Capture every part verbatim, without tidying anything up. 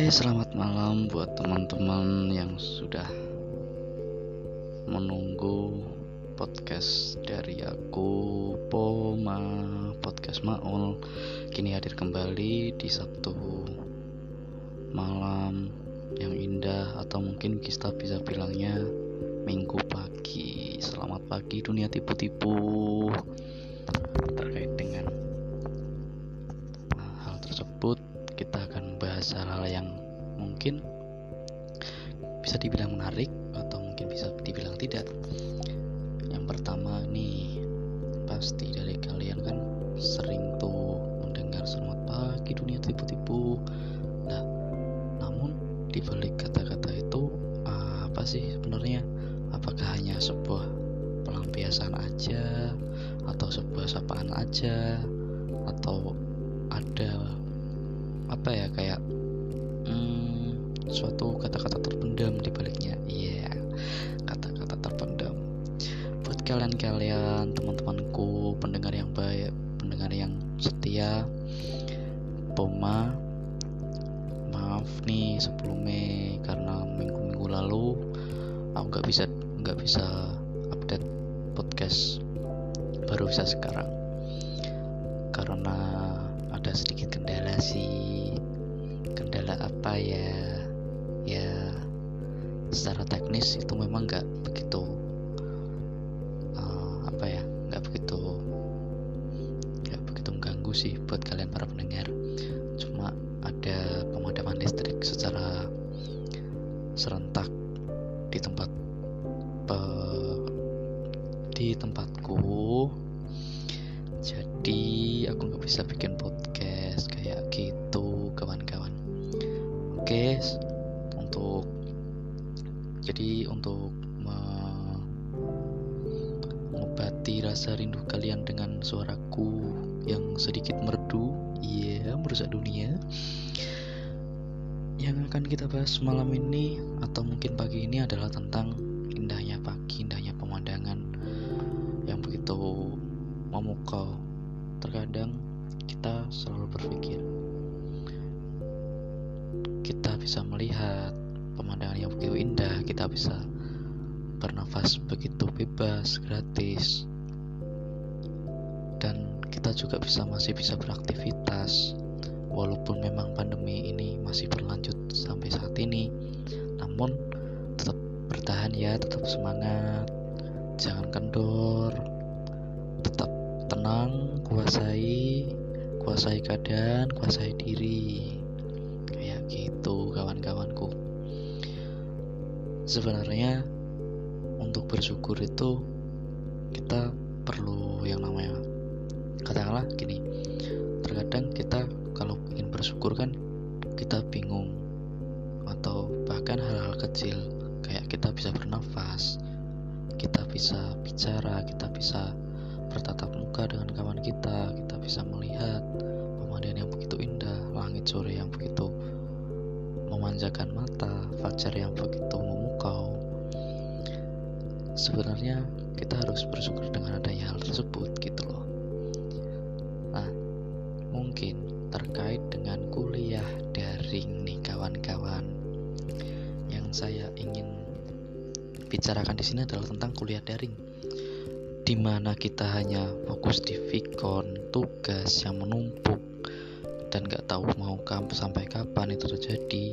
Selamat malam buat teman-teman yang sudah menunggu podcast dari aku, Poma, podcast Maul. Kini hadir kembali di Sabtu malam yang indah, atau mungkin kita bisa bilangnya Minggu pagi. Selamat pagi dunia tipu-tipu. Terkait dengan hal tersebut, kita akan bahas hal-hal yang mungkin bisa dibilang menarik atau mungkin bisa dibilang tidak. Yang pertama nih, pasti dari kalian kan sering tuh mendengar selamat pagi dunia tipu-tipu. Nah, namun di balik kata-kata itu apa sih sebenarnya? Apakah hanya sebuah pelampiasan aja, atau sebuah sapaan aja, atau ada apa ya kayak hmm, suatu kata-kata terpendam di baliknya? Iya, yeah, kata-kata terpendam. Buat kalian-kalian, teman-temanku, pendengar yang baik, pendengar yang setia, Poma, maaf nih sebelumnya karena minggu-minggu lalu aku nggak bisa nggak bisa update podcast, baru bisa sekarang karena ada sedikit kendala sih. Kendala apa ya? Ya secara teknis itu memang nggak begitu uh, apa ya nggak begitu nggak begitu mengganggu sih buat kalian para pendengar. Cuma ada pemadaman listrik secara serentak di tempat uh, di tempatku. Jadi aku nggak bisa bikin podcast kayak gitu, kawan-kawan. Oke, untuk jadi untuk mengobati rasa rindu kalian dengan suaraku yang sedikit merdu, iya, yeah, merusak dunia. Yang akan kita bahas malam ini atau mungkin pagi ini adalah tentang indahnya pagi, indahnya pemandangan yang begitu memukau. Terkadang kita selalu berpikir kita bisa melihat pemandangan yang begitu indah, kita bisa bernafas begitu bebas, gratis, dan kita juga bisa masih bisa beraktivitas walaupun memang pandemi ini masih berlanjut sampai saat ini. Namun tetap bertahan ya, tetap semangat, jangan kendor, tetap tenang, kuasai kuasai keadaan, kuasai diri, kayak gitu kawan-kawanku. Sebenarnya untuk bersyukur itu kita perlu yang namanya, katakanlah gini, terkadang kita kalau ingin bersyukur kan kita bingung, atau bahkan hal-hal kecil kayak kita bisa bernafas, kita bisa bicara, kita bisa bertatap muka dengan kawan kita, kita bisa melihat pemandangan yang begitu indah, langit sore yang begitu memanjakan mata, fajar yang begitu memukau. Sebenarnya kita harus bersyukur dengan adanya hal tersebut gitu loh. Nah, mungkin terkait dengan kuliah daring nih kawan-kawan, yang saya ingin bicarakan di sini adalah tentang kuliah daring, di mana kita hanya fokus di vikon, tugas yang menumpuk, dan gak tahu mau kampus sampai kapan itu terjadi.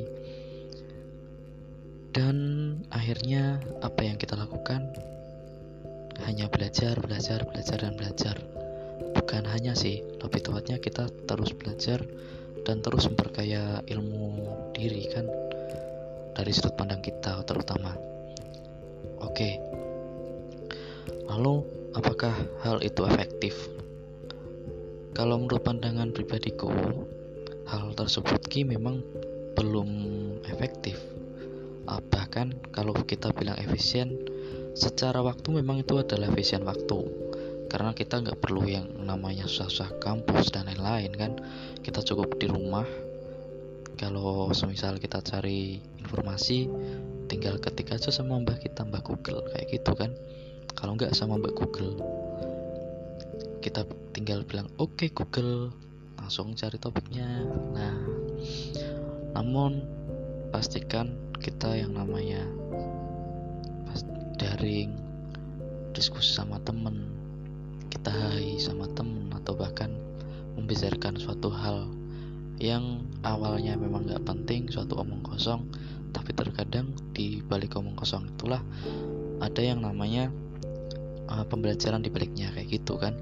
Dan akhirnya apa yang kita lakukan hanya belajar, belajar, belajar, dan belajar. Bukan hanya sih, lebih tepatnya kita terus belajar dan terus memperkaya ilmu diri kan, dari sudut pandang kita terutama. Oke, lalu apakah hal itu efektif? Kalau menurut pandangan pribadiku, hal tersebut ki memang belum efektif. Bahkan kalau kita bilang efisien, secara waktu memang itu adalah efisien waktu, karena kita nggak perlu yang namanya susah-susah kampus dan lain-lain kan. Kita cukup di rumah. Kalau semisal kita cari informasi, tinggal ketik aja sama mbah kita, mbah Google, kayak gitu kan. Kalau nggak sama mbak Google, kita tinggal bilang oke okay, Google, langsung cari topiknya. Nah, Namun pastikan kita yang namanya daring, diskusi sama temen, kita hai sama temen, atau bahkan membicarakan suatu hal yang awalnya memang gak penting, suatu omong kosong, tapi terkadang di balik omong kosong itulah ada yang namanya uh, pembelajaran di baliknya, kayak gitu kan.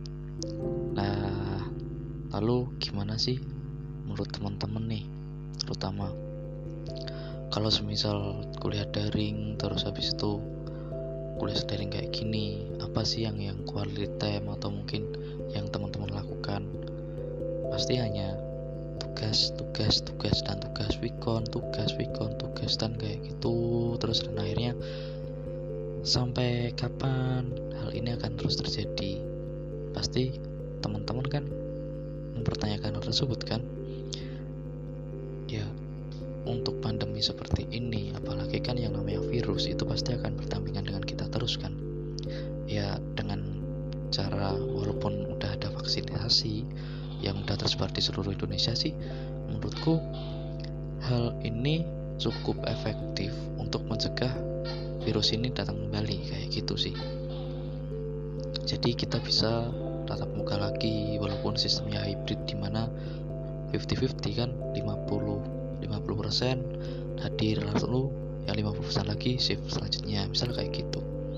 Nah, lalu gimana sih menurut teman-teman nih, terutama kalau semisal kuliah daring, terus habis itu kuliah daring kayak gini, apa sih yang yang quality time atau mungkin yang teman-teman lakukan? Pasti hanya tugas, tugas, tugas dan tugas, weekon, tugas, weekon, tugas, dan kayak gitu terus, dan akhirnya sampai kapan hal ini akan terus terjadi? Pasti teman-teman kan mempertanyakan hal tersebut kan. Ya, untuk pandemi seperti ini, apalagi kan yang namanya virus itu pasti akan berdampingan dengan kita terus kan. Ya, dengan cara walaupun udah ada vaksinasi yang udah tersebar di seluruh Indonesia sih, menurutku hal ini cukup efektif untuk mencegah virus ini datang kembali, kayak gitu sih. Jadi kita bisa tatap muka lagi walaupun sistemnya hybrid, dimana lima puluh lima puluh kan, lima puluh lima puluh persen hadir, lalu yang lima puluh persen lagi shift selanjutnya, misal kayak gitu.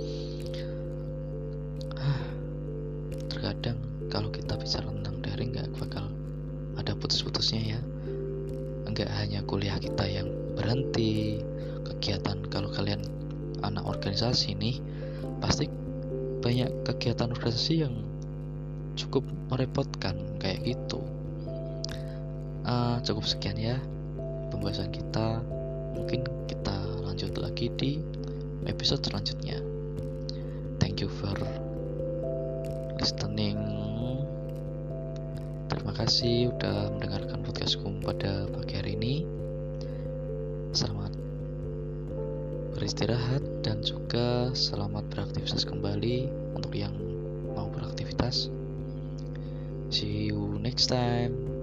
Terkadang kalau kita bicara tentang daring gak bakal ada putus-putusnya ya. Enggak hanya kuliah kita yang berhenti, kegiatan, kalau kalian anak organisasi nih, pasti banyak kegiatan organisasi yang cukup merepotkan kayak gitu. uh, Cukup sekian ya pembahasan kita, mungkin kita lanjut lagi di episode selanjutnya. Thank you for listening. Terima kasih udah mendengarkan podcastku pada pagi hari ini. Selamat beristirahat dan juga selamat beraktivitas kembali untuk yang mau beraktivitas. See you next time.